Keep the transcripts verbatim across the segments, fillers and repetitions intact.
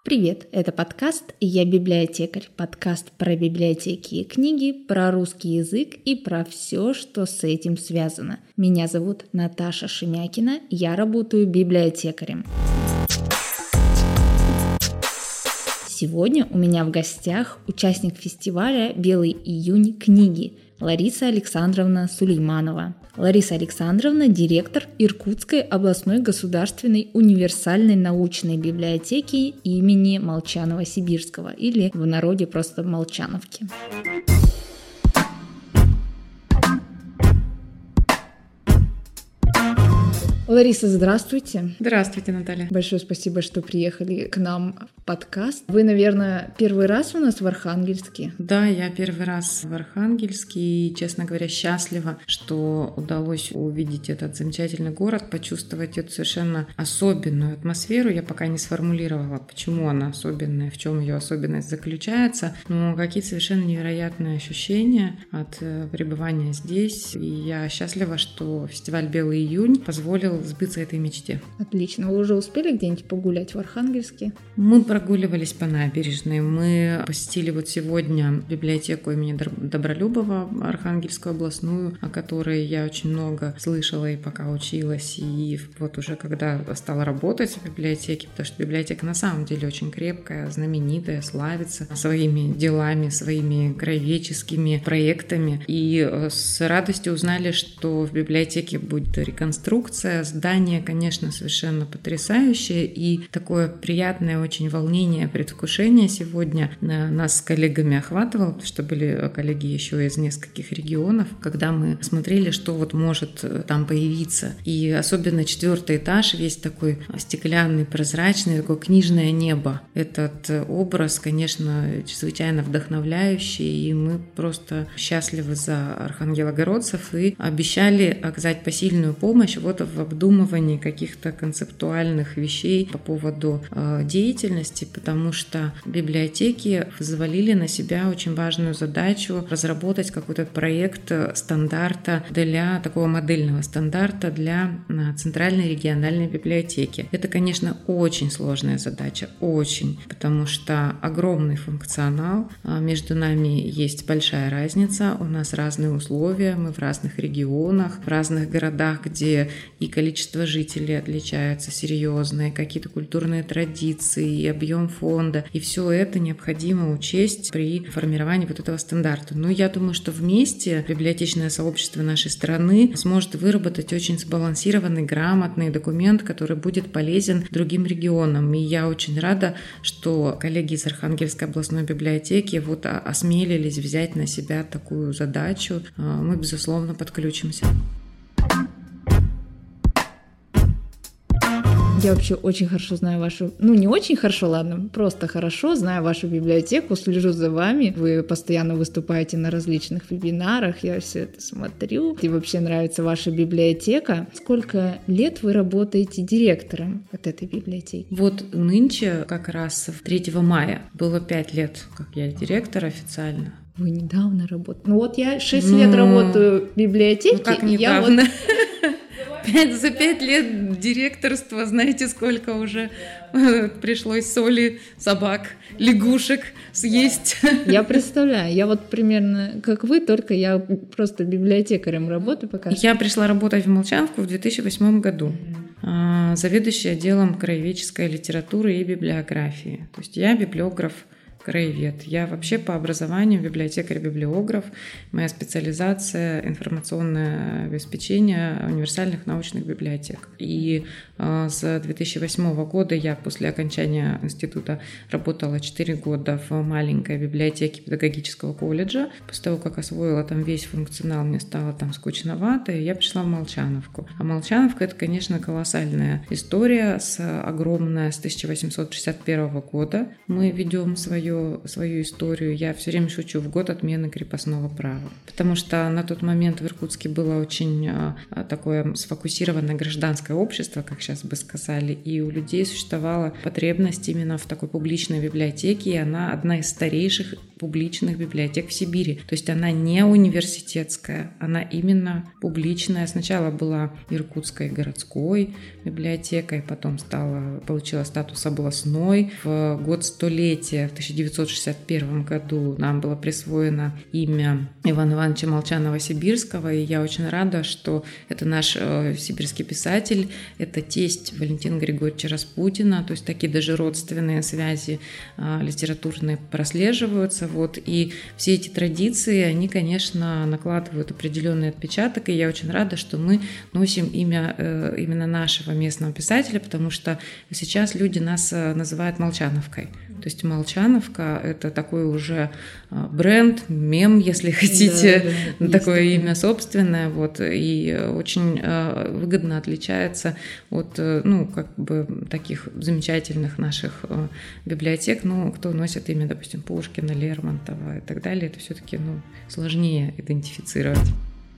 Привет, это подкаст «Я библиотекарь», подкаст про библиотеки и книги, про русский язык и про все, что с этим связано. Меня зовут Наташа Шемякина, я работаю библиотекарем. Сегодня у меня в гостях участник фестиваля «Белый июнь. Книги» Лариса Александровна Сулейманова. Лариса Александровна – директор Иркутской областной государственной универсальной научной библиотеки имени Молчанова-Сибирского, или в народе просто Молчановки. Лариса, здравствуйте. Здравствуйте, Наталья. Большое спасибо, что приехали к нам в подкаст. Вы, наверное, первый раз у нас в Архангельске? Да, я первый раз в Архангельске и, честно говоря, счастлива, что удалось увидеть этот замечательный город, почувствовать эту совершенно особенную атмосферу. Я пока не сформулировала, почему она особенная, в чем ее особенность заключается, но какие-то совершенно невероятные ощущения от пребывания здесь. И я счастлива, что фестиваль «Белый июнь» позволил сбыться этой мечте. Отлично. Вы уже успели где-нибудь погулять в Архангельске? Мы прогуливались по набережной. Мы посетили вот сегодня библиотеку имени Добролюбова, Архангельскую областную, о которой я очень много слышала и пока училась. И вот уже когда стала работать в библиотеке, потому что библиотека на самом деле очень крепкая, знаменитая, славится своими делами, своими краеведческими проектами. И с радостью узнали, что в библиотеке будет реконструкция. Здание, конечно, совершенно потрясающее, и такое приятное очень волнение, предвкушение сегодня нас с коллегами охватывало, потому что были коллеги еще из нескольких регионов, когда мы смотрели, что вот может там появиться. И особенно четвертый этаж, весь такой стеклянный, прозрачный, такое книжное небо. Этот образ, конечно, чрезвычайно вдохновляющий, и мы просто счастливы за архангелогородцев и обещали оказать посильную помощь вот в обдумывании каких-то концептуальных вещей по поводу э, деятельности, потому что библиотеки взвалили на себя очень важную задачу разработать какой-то проект стандарта для такого модельного стандарта для центральной региональной библиотеки. Это, конечно, очень сложная задача, очень, потому что огромный функционал, между нами есть большая разница, у нас разные условия, мы в разных регионах, в разных городах, где и количество жителей отличается серьезно, и какие-то культурные традиции, и объем фонда, и все это необходимо учесть при формировании вот этого стандарта. Но я думаю, что вместе библиотечное сообщество нашей страны сможет выработать очень сбалансированный, грамотный документ, который будет полезен другим регионам. И я очень рада, что коллеги из Архангельской областной библиотеки вот осмелились взять на себя такую задачу. Мы, безусловно, подключимся. Я вообще очень хорошо знаю вашу... Ну, не очень хорошо, ладно, просто хорошо знаю вашу библиотеку, слежу за вами. Вы постоянно выступаете на различных вебинарах, я все это смотрю. И вообще нравится ваша библиотека. Сколько лет вы работаете директором от этой библиотеки? Вот нынче, как раз третьего мая, было пять лет, как я директор официально. Вы недавно работаете. Ну вот я шесть ну, лет работаю в библиотеке. Ну как и недавно? Я вот... Пять, за пять лет директорства, знаете, сколько уже пришлось соли, собак, лягушек съесть. Я представляю, я вот примерно как вы, только я просто библиотекарем работаю пока. Я пришла работать в Молчановку в две тысячи восьмом году, mm-hmm. заведующей отделом краеведческой литературы и библиографии. То есть я библиограф, краевед. Я вообще по образованию библиотекарь-библиограф. Моя специализация — информационное обеспечение универсальных научных библиотек. И э, с две тысячи восьмого года я после окончания института работала четыре года в маленькой библиотеке педагогического колледжа. После того, как освоила там весь функционал, мне стало там скучновато, и я пришла в Молчановку. А Молчановка — это, конечно, колоссальная история, с огромная, с тысяча восемьсот шестьдесят первого года. Мы ведем свое свою, свою историю, я все время шучу в год отмены крепостного права. Потому что на тот момент в Иркутске было очень такое сфокусированное гражданское общество, как сейчас бы сказали, и у людей существовала потребность именно в такой публичной библиотеке, и она одна из старейших публичных библиотек в Сибири. То есть она не университетская, она именно публичная. Сначала была Иркутской городской библиотекой, потом стала, получила статус областной. В год столетия, в тысяча девятьсот шестьдесят первом году, нам было присвоено имя Ивана Ивановича Молчанова-Сибирского, и я очень рада, что это наш э, сибирский писатель, это тесть Валентина Григорьевича Распутина, то есть такие даже родственные связи э, литературные прослеживаются. Вот, и все эти традиции, они, конечно, накладывают определенный отпечаток, и я очень рада, что мы носим имя э, именно нашего местного писателя, потому что сейчас люди нас называют Молчановкой. То есть Молчановка — это такой уже бренд, мем, если хотите, да, да, такое имя собственное, вот, и очень выгодно отличается от, ну, как бы таких замечательных наших библиотек, ну, кто носит имя, допустим, Пушкина, Лермонтова и так далее, это все-таки, ну, сложнее идентифицировать.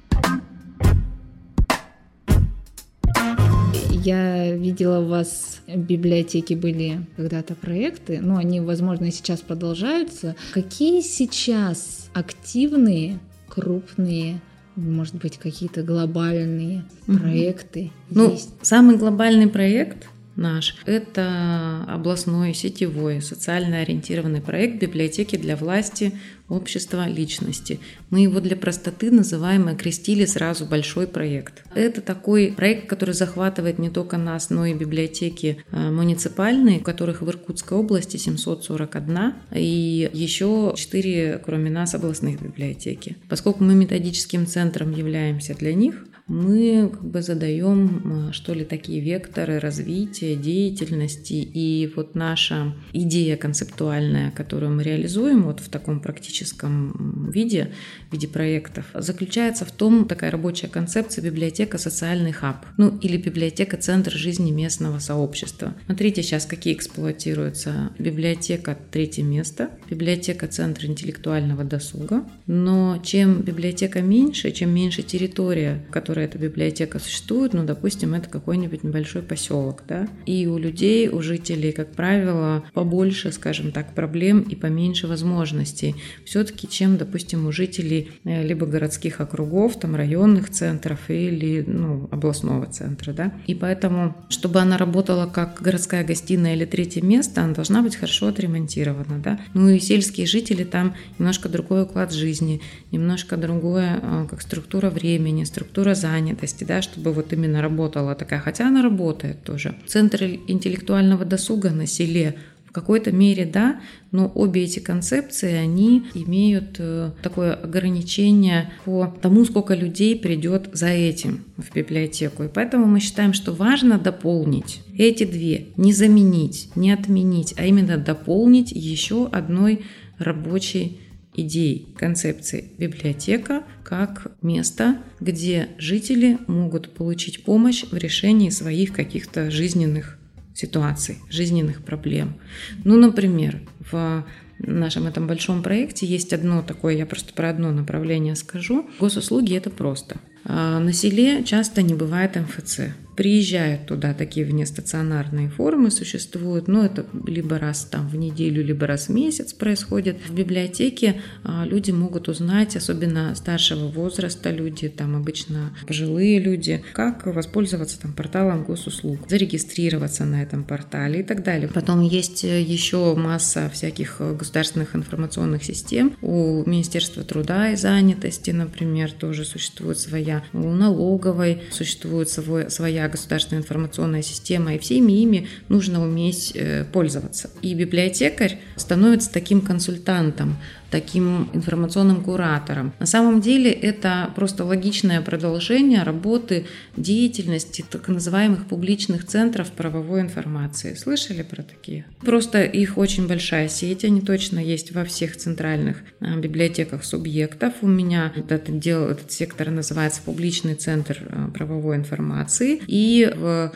Я видела, у вас в библиотеке были когда-то проекты, но они, возможно, и сейчас продолжаются. Какие сейчас активные, крупные, может быть, какие-то глобальные угу. проекты ну, есть? Самый глобальный проект наш – это областной сетевой социально ориентированный проект библиотеки для власти, общества, личности. Мы его для простоты называем и окрестили сразу большой проект. Это такой проект, который захватывает не только нас, но и библиотеки муниципальные, которых в Иркутской области семьсот сорок одна, и еще четыре, кроме нас, областных библиотеки. Поскольку мы методическим центром являемся для них, мы как бы задаем, что ли, такие векторы развития, деятельности, и вот наша идея концептуальная, которую мы реализуем вот в таком практическом виде, в виде проектов, заключается в том, такая рабочая концепция библиотека социальный хаб, ну или библиотека центр жизни местного сообщества. Смотрите сейчас, какие эксплуатируются: библиотека третье место, библиотека центр интеллектуального досуга, но чем библиотека меньше, чем меньше территория, которая эта библиотека существует, ну, допустим, это какой-нибудь небольшой поселок, да, и у людей, у жителей, как правило, побольше, скажем так, проблем и поменьше возможностей. Все-таки, чем, допустим, у жителей либо городских округов, там, районных центров или, ну, областного центра, да, и поэтому, чтобы она работала как городская гостиная или третье место, она должна быть хорошо отремонтирована, да, ну, и сельские жители, там немножко другой уклад жизни, немножко другое, как структура времени, структура занятости, да, чтобы вот именно работала такая, хотя она работает тоже. Центр интеллектуального досуга на селе в какой-то мере, да, но обе эти концепции, они имеют такое ограничение по тому, сколько людей придет за этим в библиотеку. И поэтому мы считаем, что важно дополнить эти две, не заменить, не отменить, а именно дополнить еще одной рабочей идей, концепции. Библиотека как место, где жители могут получить помощь в решении своих каких-то жизненных ситуаций, жизненных проблем. Ну, например, в нашем этом большом проекте есть одно такое, я просто про одно направление скажу. Госуслуги — это просто. На селе часто не бывает эм эф цэ. Приезжают туда такие внестационарные форумы, существуют, но это либо раз там в неделю, либо раз в месяц происходит. В библиотеке люди могут узнать, особенно старшего возраста люди, там обычно пожилые люди, как воспользоваться там порталом госуслуг, зарегистрироваться на этом портале и так далее. Потом есть еще масса всяких государственных информационных систем. У Министерства труда и занятости, например, тоже существует своя. У налоговой существует свой, своя государственная информационная система, и всеми ими нужно уметь пользоваться. И библиотекарь становится таким консультантом таким информационным куратором. На самом деле это просто логичное продолжение работы деятельности так называемых публичных центров правовой информации. Слышали про такие? Просто их очень большая сеть, они точно есть во всех центральных библиотеках субъектов. У меня этот, дел, этот сектор называется публичный центр правовой информации, и в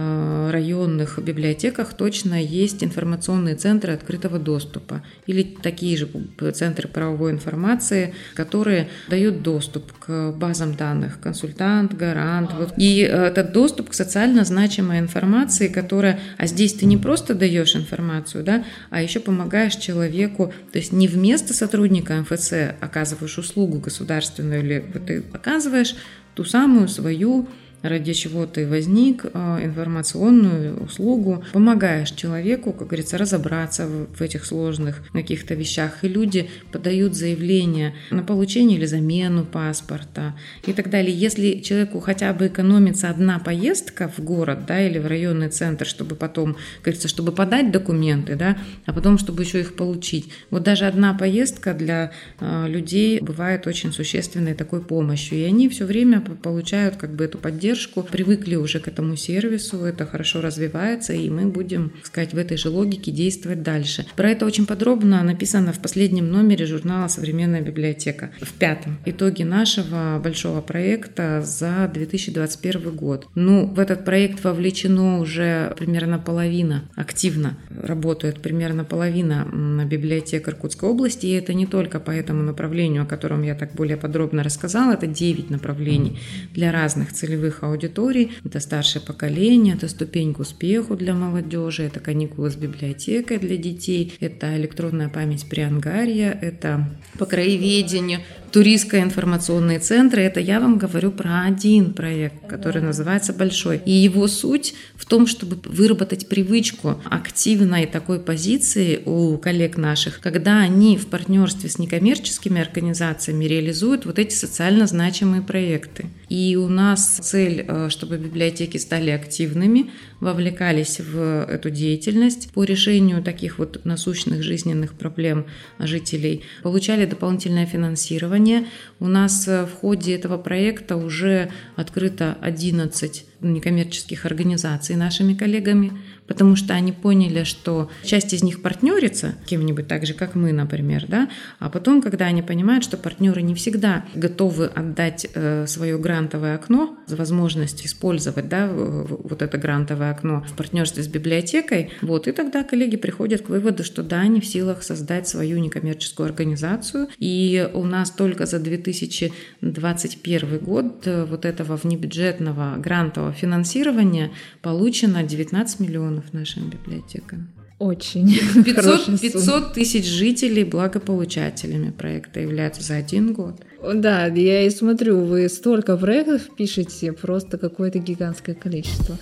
районных библиотеках точно есть информационные центры открытого доступа или такие же центры правовой информации, которые дают доступ к базам данных, консультант, гарант. Вот. И этот доступ к социально значимой информации, которая, а здесь ты не просто даешь информацию, да, а еще помогаешь человеку, то есть не вместо сотрудника эм эф цэ оказываешь услугу государственную, или ты оказываешь ту самую свою, ради чего ты возник, информационную услугу, помогаешь человеку, как говорится, разобраться в этих сложных каких-то вещах. И люди подают заявление на получение или замену паспорта и так далее. Если человеку хотя бы экономится одна поездка в город, да, или в районный центр, чтобы потом, как говорится, чтобы подать документы, да, а потом, чтобы еще их получить. Вот даже одна поездка для людей бывает очень существенной такой помощью. И они все время получают как бы эту поддержку, привыкли уже к этому сервису, это хорошо развивается, и мы будем, так сказать, в этой же логике действовать дальше. Про это очень подробно написано в последнем номере журнала «Современная библиотека», в пятом. Итоги нашего большого проекта за две тысячи двадцать первый год. Ну, в этот проект вовлечено уже примерно половина, активно работает примерно половина библиотек Иркутской области, и это не только по этому направлению, о котором я так более подробно рассказала, это девять направлений для разных целевых аудиторий. Это старшее поколение, это ступень к успеху для молодежи, это каникулы с библиотекой для детей, это электронная память при Ангарье, это по краеведению, туристские информационные центры. Это я вам говорю про один проект, который называется «Большой». И его суть в том, чтобы выработать привычку активной такой позиции у коллег наших, когда они в партнерстве с некоммерческими организациями реализуют вот эти социально значимые проекты. И у нас цель, чтобы библиотеки стали активными, вовлекались в эту деятельность по решению таких вот насущных жизненных проблем жителей, получали дополнительное финансирование. У нас в ходе этого проекта уже открыто одиннадцать некоммерческих организаций нашими коллегами, потому что они поняли, что часть из них партнерится с кем-нибудь так же, как мы, например, да, а потом, когда они понимают, что партнеры не всегда готовы отдать э, свое грантовое окно, возможность использовать, да, вот это грантовое окно в партнерстве с библиотекой, вот, и тогда коллеги приходят к выводу, что да, они в силах создать свою некоммерческую организацию, и у нас только за две тысячи двадцать первый год вот этого внебюджетного грантового финансирования получено девятнадцать миллионов нашим библиотекам. Очень пятьсот, пятьсот тысяч жителей благополучателями проекта являются за один год. Да, я и смотрю, вы столько проектов пишете, просто какое-то гигантское количество.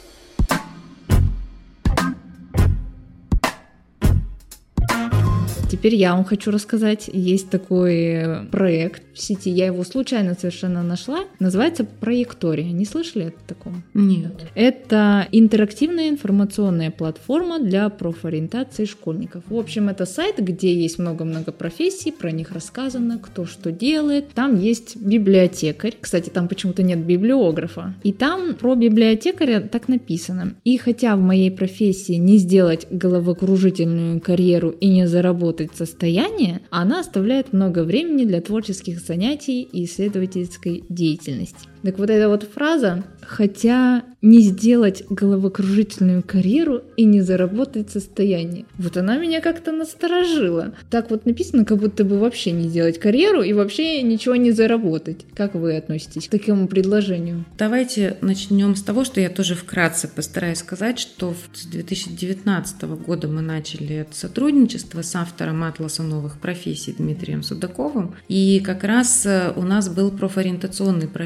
Теперь я вам хочу рассказать, есть такой проект в сети, я его случайно совершенно нашла, называется «Проектория». Не слышали о таком? Нет. Это интерактивная информационная платформа для профориентации школьников. В общем, это сайт, где есть много-много профессий, про них рассказано, кто что делает. Там есть библиотекарь, кстати, там почему-то нет библиографа. И там про библиотекаря так написано. И хотя в моей профессии не сделать головокружительную карьеру и не заработать состояние, она оставляет много времени для творческих занятий и исследовательской деятельности. Так вот эта вот фраза «хотя не сделать головокружительную карьеру и не заработать состояние». Вот она меня как-то насторожила. Так вот написано, как будто бы вообще не делать карьеру и вообще ничего не заработать. Как вы относитесь к такому предложению? Давайте начнем с того, что я тоже вкратце постараюсь сказать, что с две тысячи девятнадцатого года мы начали это сотрудничество с автором «Атласа новых профессий» Дмитрием Судаковым. И как раз у нас был профориентационный проект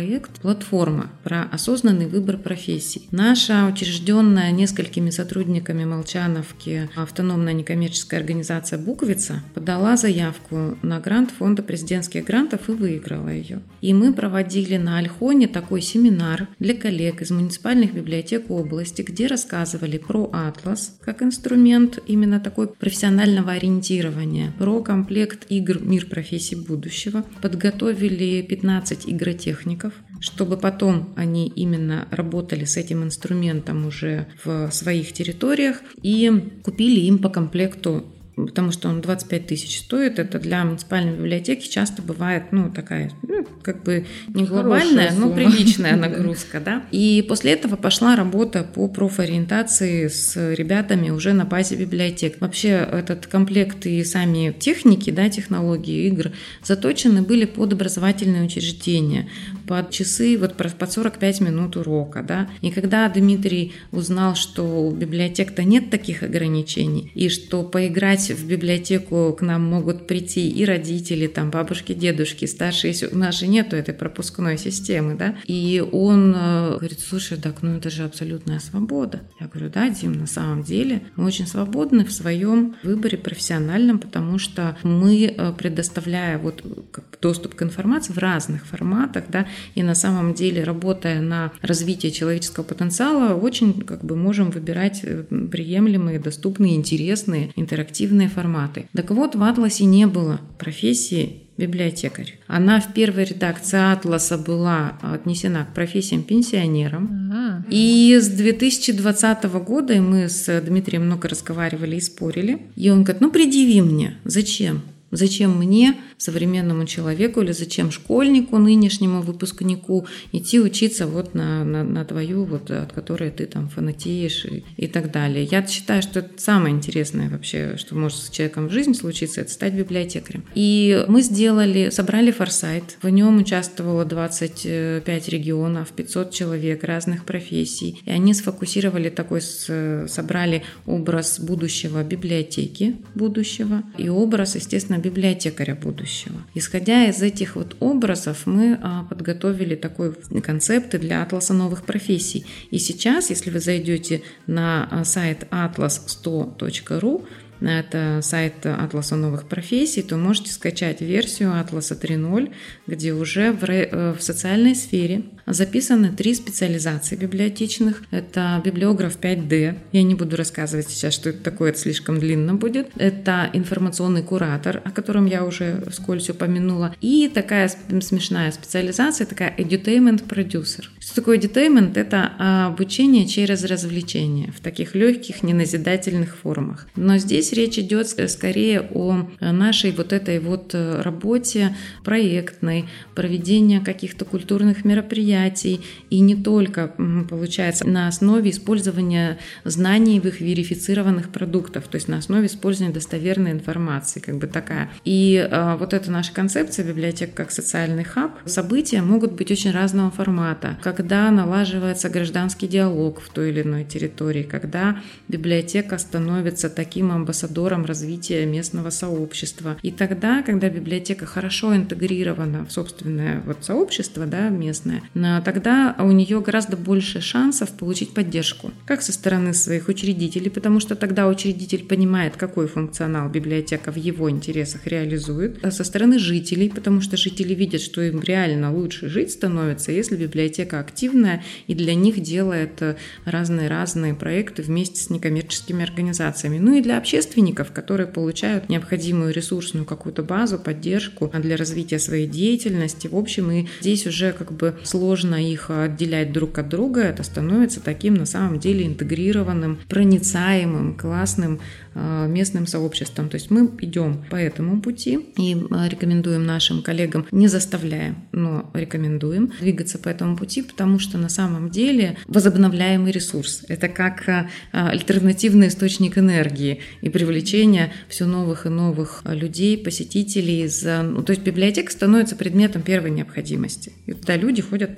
платформа про осознанный выбор профессий. Наша учрежденная несколькими сотрудниками Молчановки автономная некоммерческая организация «Буквица» подала заявку на грант фонда президентских грантов и выиграла ее. И мы проводили на Ольхоне такой семинар для коллег из муниципальных библиотек области, где рассказывали про атлас как инструмент именно такой профессионального ориентирования, про комплект игр «Мир профессий будущего». Подготовили пятнадцать игротехников, чтобы потом они именно работали с этим инструментом уже в своих территориях и купили им по комплекту, потому что он двадцать пять тысяч стоит. Это для муниципальной библиотеки часто бывает, ну, такая, ну, как бы не глобальная, но приличная нагрузка, да. И после этого пошла работа по профориентации с ребятами уже на базе библиотек. Вообще этот комплект и сами техники, да, технологии игр заточены были под образовательные учреждения, под часы, вот под сорок пять минут урока, да. И когда Дмитрий узнал, что у библиотек-то нет таких ограничений, и что поиграть в библиотеку к нам могут прийти и родители, там, бабушки, дедушки, старшие, у нас же нету этой пропускной системы, да, и он э, говорит: слушай, так, ну это же абсолютная свобода. Я говорю: да, Дим, на самом деле мы очень свободны в своем выборе профессиональном, потому что мы, предоставляя вот доступ к информации в разных форматах, да, и на самом деле, работая на развитие человеческого потенциала, очень как бы можем выбирать приемлемые, доступные, интересные, интерактивные форматы. Так вот, в Атласе не было профессии библиотекарь. Она в первой редакции Атласа была отнесена к профессиям пенсионерам. Ага. И с две тысячи двадцатого года, и мы с Дмитрием много разговаривали и спорили, и он говорит: ну предъяви мне, зачем? Зачем мне, современному человеку, или зачем школьнику, нынешнему выпускнику, идти учиться вот на, на, на твою, вот, от которой ты там фанатеешь и, и так далее. Я считаю, что это самое интересное вообще, что может с человеком в жизни случиться, это стать библиотекарем. И мы сделали, собрали форсайт, в нем участвовало двадцать пять регионов, пятьсот человек разных профессий, и они сфокусировали такой, собрали образ будущего библиотеки будущего и образ, естественно, библиотекаря будущего. Исходя из этих вот образов, мы а, подготовили такой концепты для атласа новых профессий. И сейчас, если вы зайдете на а, сайт атлас сто точка ру, это сайт Атласа новых профессий, то можете скачать версию Атласа три ноль, где уже в, в социальной сфере записаны три специализации библиотечных. Это библиограф пять дэ. Я не буду рассказывать сейчас, что это такое, это слишком длинно будет. Это информационный куратор, о котором я уже вскользь упомянула. И такая смешная специализация, такая edutainment producer. Что такое edutainment? Это обучение через развлечение в таких легких, неназидательных формах. Но здесь речь идет скорее о нашей вот этой вот работе проектной, проведении каких-то культурных мероприятий, и не только, получается, на основе использования знаний в их верифицированных продуктах, то есть на основе использования достоверной информации, как бы такая. И а, вот эта наша концепция библиотек как социальный хаб, события могут быть очень разного формата, когда налаживается гражданский диалог в той или иной территории, когда библиотека становится таким амбассадором развития местного сообщества. И тогда, когда библиотека хорошо интегрирована в собственное вот сообщество, да, местное, тогда у нее гораздо больше шансов получить поддержку, как со стороны своих учредителей, потому что тогда учредитель понимает, какой функционал библиотека в его интересах реализует, а со стороны жителей, потому что жители видят, что им реально лучше жить становится, если библиотека активная и для них делает разные-разные проекты вместе с некоммерческими организациями. Ну и для общественников, которые получают необходимую ресурсную какую-то базу, поддержку для развития своей деятельности. В общем, и здесь уже как бы сложно их отделять друг от друга, это становится таким на самом деле интегрированным, проницаемым, классным местным сообществом. То есть мы идем по этому пути и рекомендуем нашим коллегам, не заставляем, но рекомендуем двигаться по этому пути, потому что на самом деле возобновляемый ресурс. Это как альтернативный источник энергии и привлечение все новых и новых людей, посетителей. Из... Ну, то есть библиотека становится предметом первой необходимости. И туда люди ходят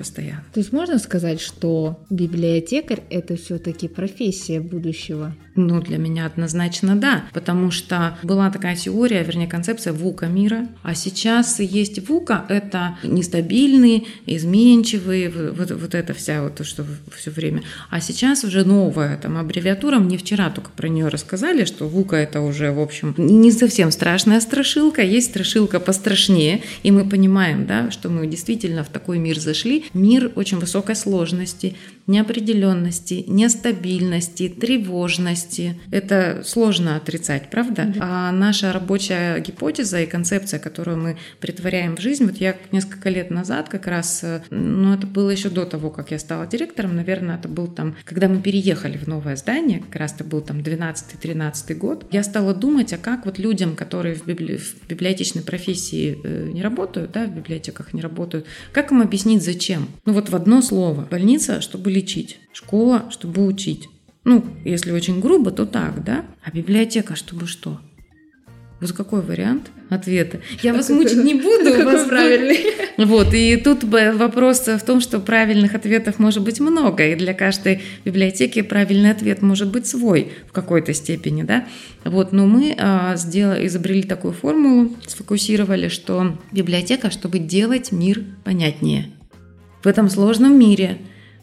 постоянно. То есть можно сказать, что библиотекарь — это все-таки профессия будущего? Ну, для меня однозначно да, потому что была такая теория, вернее, концепция вука мира, а сейчас есть вука — это нестабильный, изменчивый, вот, вот это вся вот то, что все время. А сейчас уже новая там аббревиатура, мне вчера только про нее рассказали, что вука — это уже, в общем, не совсем страшная страшилка, есть страшилка пострашнее, и мы понимаем, да, что мы действительно в такой мир зашли, мир очень высокой сложности, неопределенности, нестабильности, тревожности. Это сложно отрицать, правда? Да. А наша рабочая гипотеза и концепция, которую мы претворяем в жизнь, вот я несколько лет назад как раз, ну это было еще до того, как я стала директором, наверное, это был там, когда мы переехали в новое здание, как раз это был там двенадцатый-тринадцатый год, я стала думать, а как вот людям, которые в, библи... в библиотечной профессии не работают, да, в библиотеках не работают, как им объяснить зачем? Ну вот в одно слово: больница, чтобы лечить, школа, чтобы учить. Ну, если очень грубо, то так, да? А библиотека, чтобы что? Вот какой вариант ответа? Я вас мучить не буду. Какой правильный. Вот, и тут вопрос в том, что правильных ответов может быть много, и для каждой библиотеки правильный ответ может быть свой в какой-то степени, да? Вот, но мы а, сделали, изобрели такую формулу, сфокусировали, что библиотека, чтобы делать мир понятнее. В этом сложном мире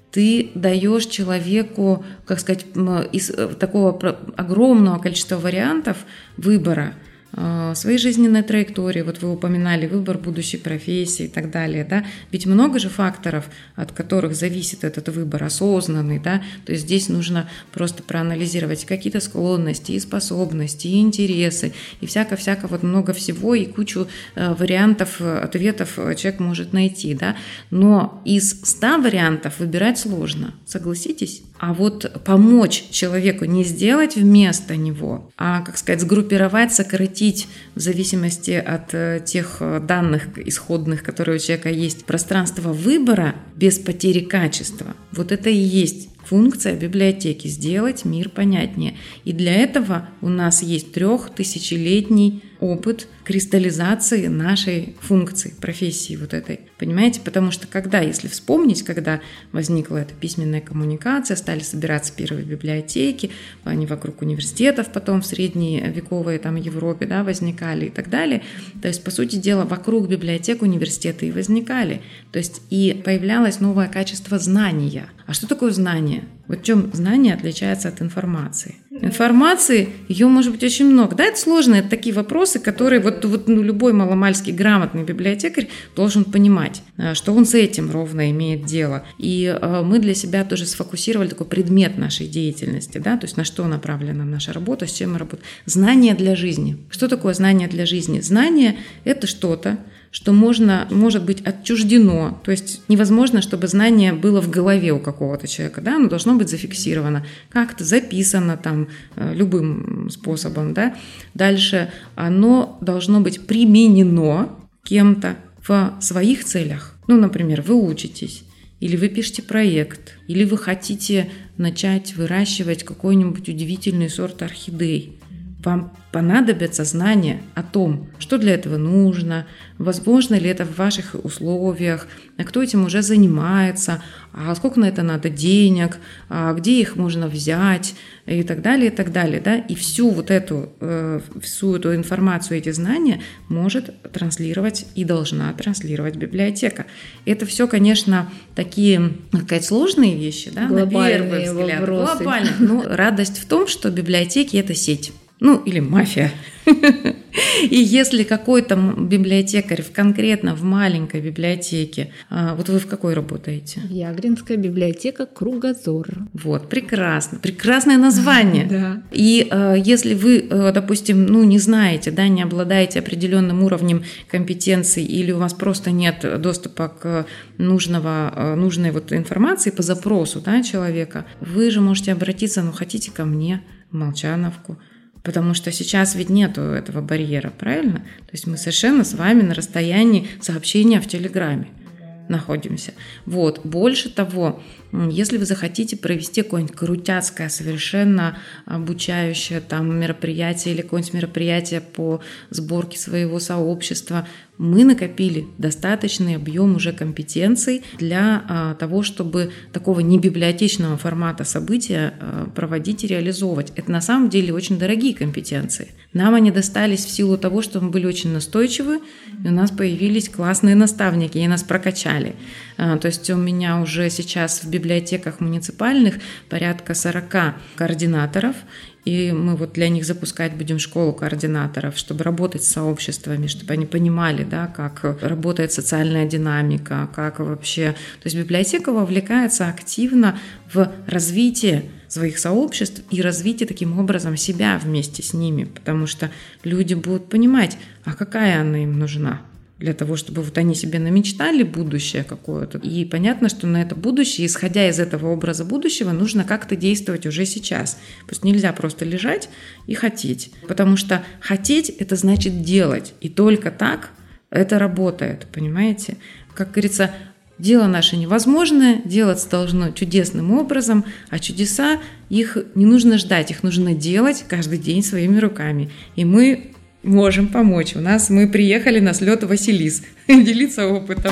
ты даешь человеку, как сказать, из такого огромного количества вариантов выбора своей жизненной траектории, вот вы упоминали выбор будущей профессии и так далее, да, ведь много же факторов, от которых зависит этот выбор, осознанный, да, то есть здесь нужно просто проанализировать какие-то склонности и способности, и интересы, и всяко-всяко вот много всего, и кучу вариантов, ответов человек может найти, да, но из ста вариантов выбирать сложно, согласитесь? А вот помочь человеку не сделать вместо него, а, как сказать, сгруппировать, сократить в зависимости от тех данных исходных, которые у человека есть, пространство выбора без потери качества. Вот это и есть функция библиотеки — сделать мир понятнее. И для этого у нас есть трехтысячелетний опыт кристаллизации нашей функции, профессии вот этой. Понимаете? Потому что когда, если вспомнить, когда возникла эта письменная коммуникация, стали собираться первые библиотеки, они вокруг университетов потом в средневековой там Европе, да, возникали и так далее. То есть, по сути дела, вокруг библиотек университеты и возникали. То есть и появлялось новое качество знания. А что такое знание? Вот в чем знание отличается от информации? Информации, ее может быть очень много. Да, это сложно, это такие вопросы, которые вот, вот ну, любой маломальски грамотный библиотекарь должен понимать, что он с этим ровно имеет дело. И э, мы для себя тоже сфокусировали такой предмет нашей деятельности, да, то есть на что направлена наша работа, с чем мы работаем. Знание для жизни. Что такое знание для жизни? Знание – это что-то, что можно, может быть отчуждено, то есть невозможно, чтобы знание было в голове у какого-то человека, да, оно должно быть зафиксировано, как-то записано там любым способом, да. Дальше оно должно быть применено кем-то в своих целях. Ну, например, вы учитесь, или вы пишете проект, или вы хотите начать выращивать какой-нибудь удивительный сорт орхидей. Вам понадобятся знания о том, что для этого нужно, возможно ли это в ваших условиях, а кто этим уже занимается, а сколько на это надо денег, а где их можно взять и так далее, и так далее. Да? И всю вот эту, всю эту информацию, эти знания может транслировать и должна транслировать библиотека. Это все, конечно, такие, так сказать, сложные вещи, да, на первый взгляд. Глобальные. Но радость в том, что библиотеки – это сеть. Ну, или мафия. И если какой-то библиотекарь в, конкретно в маленькой библиотеке, вот вы в какой работаете? Ягринская библиотека «Кругозор». Вот, прекрасно. Прекрасное название. Да. И э, если вы, э, допустим, ну, не знаете, да, не обладаете определенным уровнем компетенций или у вас просто нет доступа к нужного, э, нужной вот информации по запросу, да, человека, вы же можете обратиться, ну, хотите ко мне, в Молчановку. Потому что сейчас ведь нету этого барьера, правильно? То есть мы совершенно с вами на расстоянии сообщения в Телеграме находимся. Вот. Больше того, если вы захотите провести какое-нибудь крутяцкое, совершенно обучающее там мероприятие или какое-нибудь мероприятие по сборке своего сообщества, мы накопили достаточный объем уже компетенций для а, того, чтобы такого небиблиотечного формата события а, проводить и реализовывать. Это на самом деле очень дорогие компетенции. Нам они достались в силу того, что мы были очень настойчивы, и у нас появились классные наставники, и нас прокачали. А, то есть у меня уже сейчас в библиотеках муниципальных порядка сорок координаторов, и мы вот для них запускать будем школу координаторов, чтобы работать с сообществами, чтобы они понимали, да, как работает социальная динамика, как вообще... То есть библиотека вовлекается активно в развитие своих сообществ и развитие таким образом себя вместе с ними, потому что люди будут понимать, а какая она им нужна. Для того, чтобы вот они себе намечтали будущее какое-то. И понятно, что на это будущее, исходя из этого образа будущего, нужно как-то действовать уже сейчас. То есть нельзя просто лежать и хотеть. Потому что хотеть – это значит делать. И только так это работает, понимаете? Как говорится, дело наше невозможное, делаться должно чудесным образом, а чудеса, их не нужно ждать, их нужно делать каждый день своими руками. И мы можем помочь. У нас мы приехали на слет Василис делиться опытом.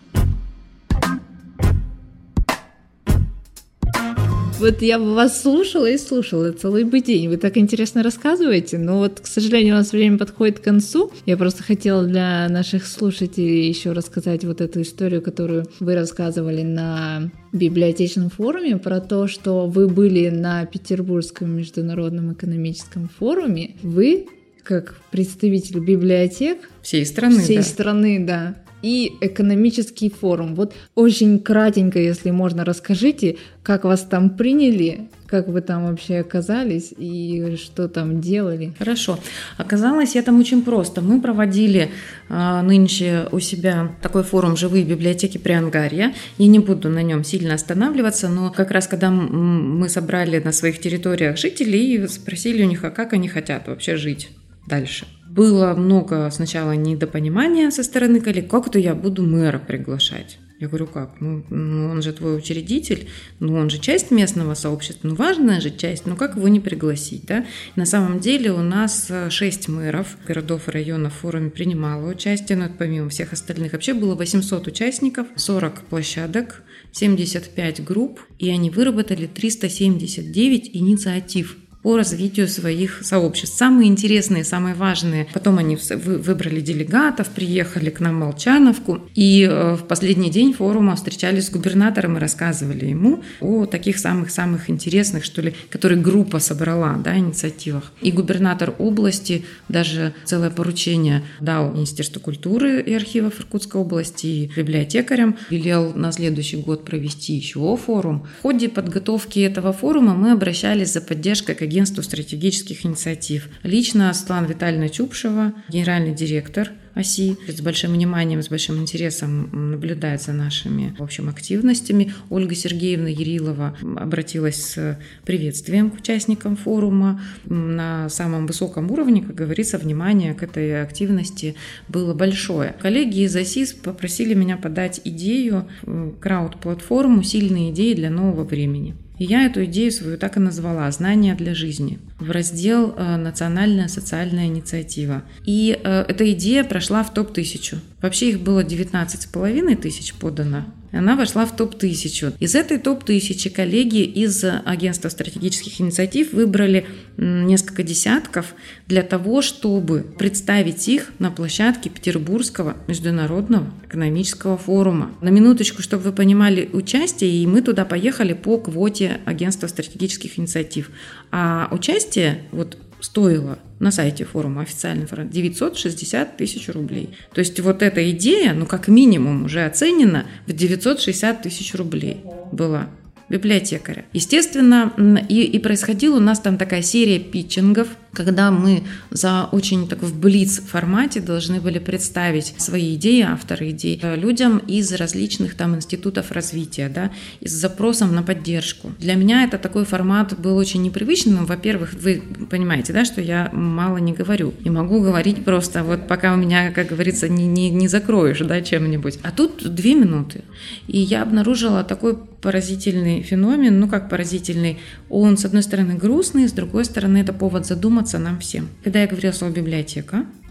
Вот я вас слушала и слушала целый бы день. Вы так интересно рассказываете, но вот, к сожалению, у нас время подходит к концу. Я просто хотела для наших слушателей еще рассказать вот эту историю, которую вы рассказывали на библиотечном форуме, про то, что вы были на Петербургском международном экономическом форуме. Вы как представитель библиотек всей страны, всей да. страны, да, и экономический форум. Вот очень кратенько, если можно, расскажите, как вас там приняли, как вы там вообще оказались и что там делали. Хорошо. Оказалось, это очень просто. Мы проводили а, нынче у себя такой форум «Живые библиотеки Приангарья». Я не буду на нем сильно останавливаться, но как раз когда мы собрали на своих территориях жителей и спросили у них, а как они хотят вообще жить дальше. Было много сначала недопонимания со стороны коллег, как это я буду мэра приглашать. Я говорю, как? Ну, ну, он же твой учредитель, ну, он же часть местного сообщества, ну, важная же часть, ну, как его не пригласить, да? На самом деле у нас шесть мэров городов и районов в форуме принимало участие, но это помимо всех остальных. Вообще было восемьсот участников, сорок площадок, семьдесят пять групп, и они выработали триста семьдесят девять инициатив по развитию своих сообществ. Самые интересные, самые важные. Потом они выбрали делегатов, приехали к нам в Молчановку. И в последний день форума встречались с губернатором и рассказывали ему о таких самых-самых интересных, что ли, которые группа собрала, да, инициативах. И губернатор области даже целое поручение дал Министерству культуры и архивов Иркутской области и библиотекарям. Велел на следующий год провести еще форум. В ходе подготовки этого форума мы обращались за поддержкой к Агентству стратегических инициатив. Лично Светлана Витальевна Чупшева, генеральный директор ОСИ, с большим вниманием, с большим интересом наблюдает за нашими, в общем, активностями. Ольга Сергеевна Ярилова обратилась с приветствием к участникам форума. На самом высоком уровне, как говорится, внимание к этой активности было большое. Коллеги из ОСИ попросили меня подать идею, крауд-платформу «Сильные идеи для нового времени». И я эту идею свою так и назвала «Знания для жизни» в раздел «Национальная социальная инициатива». И эта идея прошла в топ тысячу. Вообще их было девятнадцать с половиной тысяч подано. И она вошла в топ тысячу. Из этой топ тысячи коллеги из Агентства стратегических инициатив выбрали несколько десятков для того, чтобы представить их на площадке Петербургского международного экономического форума. На минуточку, чтобы вы понимали участие, и мы туда поехали по квоте Агентства стратегических инициатив. А участие вот стоило на сайте форума официальный фонд девятьсот шестьдесят тысяч рублей. То есть вот эта идея, ну как минимум уже оценена в девятьсот шестьдесят тысяч рублей была. Библиотекаря. Естественно, и, и происходила у нас там такая серия питчингов, когда мы за очень так в блиц формате должны были представить свои идеи, авторы идей, людям из различных там институтов развития, да, и с запросом на поддержку. Для меня это такой формат был очень непривычным. Во-первых, вы понимаете, да, что я мало не говорю. И могу говорить просто вот пока у меня, как говорится, не, не, не закроешь, да, чем-нибудь. А тут две минуты. И я обнаружила такой поразительный феномен, ну как поразительный, он с одной стороны грустный, с другой стороны это повод задуматься нам всем. Когда я говорила слово библиотека,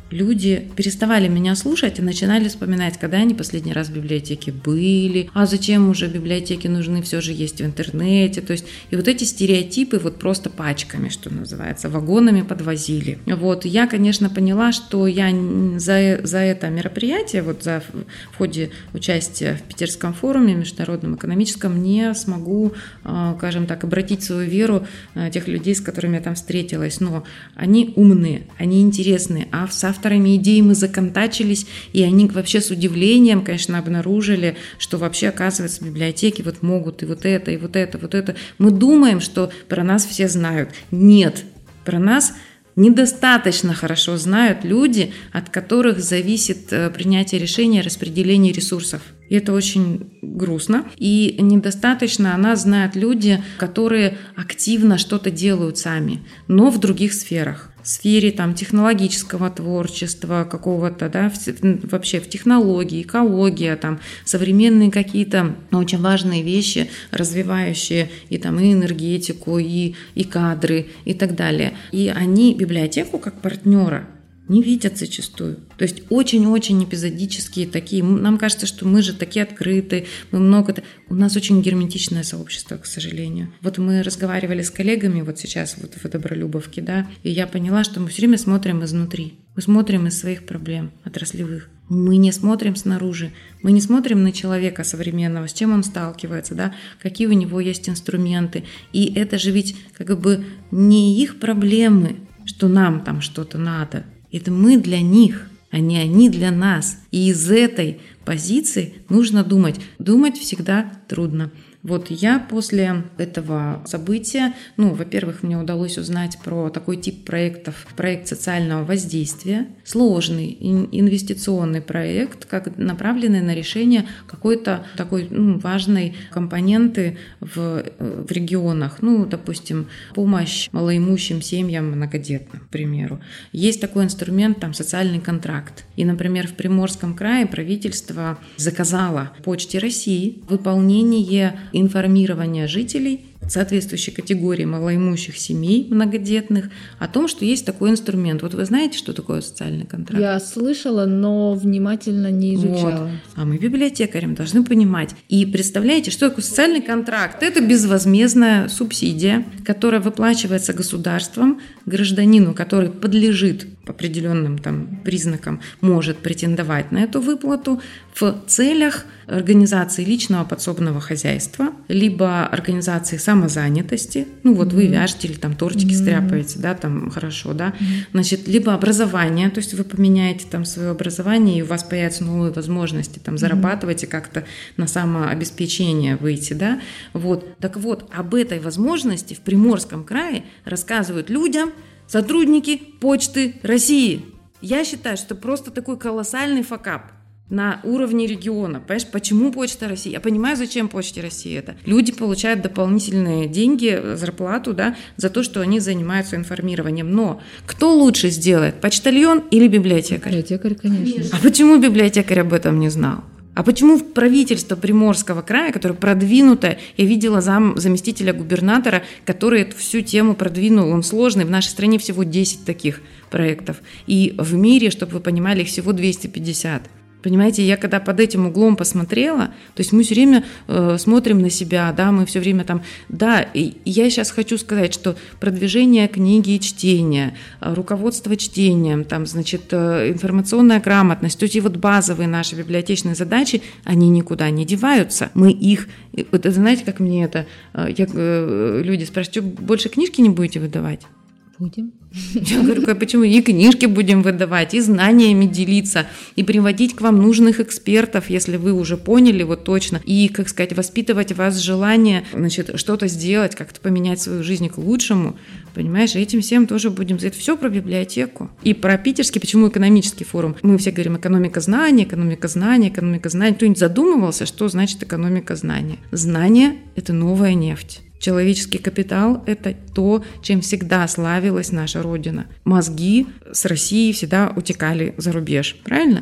люди переставали меня слушать и начинали вспоминать, когда они последний раз в библиотеке были, а зачем уже библиотеки нужны, все же есть в интернете. То есть, и вот эти стереотипы вот просто пачками, что называется, вагонами подвозили. Вот, я, конечно, поняла, что я за, за это мероприятие, вот за, в ходе участия в Питерском форуме международном экономическом не смогу, скажем так, обратить свою веру тех людей, с которыми я там встретилась. Но они умные, они интересные, а с авторами идей мы законтачились, и они вообще с удивлением, конечно, обнаружили, что вообще, оказывается, библиотеки вот могут и вот это, и вот это, вот это. Мы думаем, что про нас все знают. Нет, про нас недостаточно хорошо знают люди, от которых зависит принятие решения о распределении ресурсов. И это очень грустно. И недостаточно о нас знают люди, которые активно что-то делают сами, но в других сферах. В сфере там, технологического творчества какого-то, да, в, вообще в технологии, экология, там, современные какие-то очень важные вещи, развивающие и, там, и энергетику, и, и кадры, и так далее. И они библиотеку как партнера не видят зачастую. То есть очень-очень эпизодические такие. Нам кажется, что мы же такие открытые, мы много... У нас очень герметичное сообщество, к сожалению. Вот мы разговаривали с коллегами вот сейчас вот в Добролюбовке, да, и я поняла, что мы все время смотрим изнутри. Мы смотрим из своих проблем отраслевых. Мы не смотрим снаружи. Мы не смотрим на человека современного, с чем он сталкивается, да, какие у него есть инструменты. И это же ведь как бы не их проблемы, что нам там что-то надо. Это мы для них, а не они для нас. И из этой позиции нужно думать. Думать всегда трудно. Вот я после этого события, ну, во-первых, мне удалось узнать про такой тип проектов, проект социального воздействия, сложный инвестиционный проект, как направленный на решение какой-то такой ну, важной компоненты в, в регионах, ну, допустим, помощь малоимущим семьям многодетным, к примеру. Есть такой инструмент, там, социальный контракт. И, например, в Приморском крае правительство заказало Почте России выполнение информирования жителей соответствующей категории малоимущих семей многодетных о том, что есть такой инструмент. Вот вы знаете, что такое социальный контракт? Я слышала, но внимательно не изучала. Вот. А мы библиотекарям должны понимать. И представляете, что такое социальный контракт? Это безвозмездная субсидия, которая выплачивается государством гражданину, который подлежит по определенным там признакам, может претендовать на эту выплату в целях организации личного подсобного хозяйства, либо организации самозанятости. Ну вот mm-hmm. вы вяжете или там тортики mm-hmm. стряпаете, да, там хорошо, да. Mm-hmm. Значит, либо образование, то есть вы поменяете там свое образование, и у вас появятся новые возможности там зарабатывать mm-hmm. и как-то на самообеспечение выйти, да. Вот. Так вот, об этой возможности в Приморском крае рассказывают людям сотрудники Почты России. Я считаю, что просто такой колоссальный факап на уровне региона. Понимаешь, почему Почта России? Я понимаю, зачем Почте России это. Люди получают дополнительные деньги, зарплату, да, за то, что они занимаются информированием. Но кто лучше сделает? Почтальон или библиотекарь? Библиотекарь, конечно. А почему библиотекарь об этом не знал? А почему правительство Приморского края, которое продвинутое, я видела зам, заместителя губернатора, который эту всю тему продвинул, он сложный, в нашей стране всего десять таких проектов, и в мире, чтобы вы понимали, их всего двести пятьдесят. Понимаете, я когда под этим углом посмотрела, то есть мы все время э, смотрим на себя, да, мы все время там, да, и я сейчас хочу сказать, что продвижение книги и чтения, руководство чтением, там, значит, э, информационная грамотность, эти вот базовые наши библиотечные задачи, они никуда не деваются, мы их, вот, знаете, как мне это, э, я, э, люди спрашивают, что больше книжки не будете выдавать? Будем. Я говорю, почему? И книжки будем выдавать, и знаниями делиться, и приводить к вам нужных экспертов, если вы уже поняли вот точно, и, как сказать, воспитывать в вас желание, значит, что-то сделать, как-то поменять свою жизнь к лучшему, понимаешь, и этим всем тоже будем. Это все про библиотеку. И про питерский, почему экономический форум? Мы все говорим экономика знаний, экономика знаний, экономика знаний. Кто-нибудь задумывался, что значит экономика знаний? Знание – это новая нефть. Человеческий капитал – это то, чем всегда славилась наша Родина. Мозги с России всегда утекали за рубеж, правильно?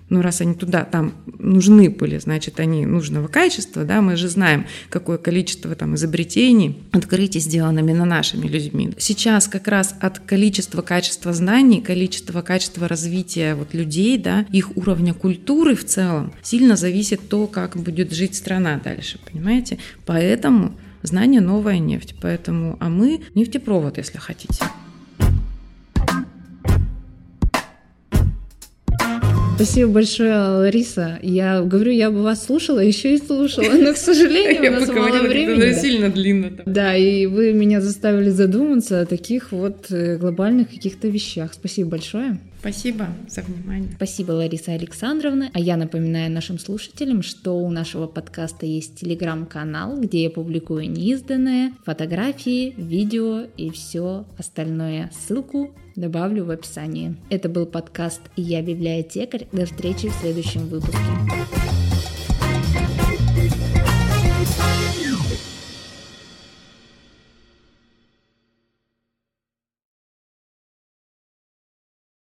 Ну, раз они туда, там нужны были, значит, они нужного качества, да, мы же знаем, какое количество там изобретений, открытий сделано именно нашими людьми. Сейчас как раз от количества, качества знаний, количества, качества развития вот людей, да, их уровня культуры в целом сильно зависит то, как будет жить страна дальше, понимаете? Поэтому знание — новая нефть, поэтому, а мы нефтепровод, если хотите. Спасибо большое, Лариса. Я говорю, я бы вас слушала, еще и слушала, но, к сожалению, у нас мало времени. Это сильно длинно. Да, и вы меня заставили задуматься о таких вот глобальных каких-то вещах. Спасибо большое. Спасибо за внимание. Спасибо, Лариса Александровна. А я напоминаю нашим слушателям, что у нашего подкаста есть телеграм-канал, где я публикую неизданное, фотографии, видео и все остальное. Ссылку добавлю в описании. Это был подкаст «Я библиотекарь». До встречи в следующем выпуске.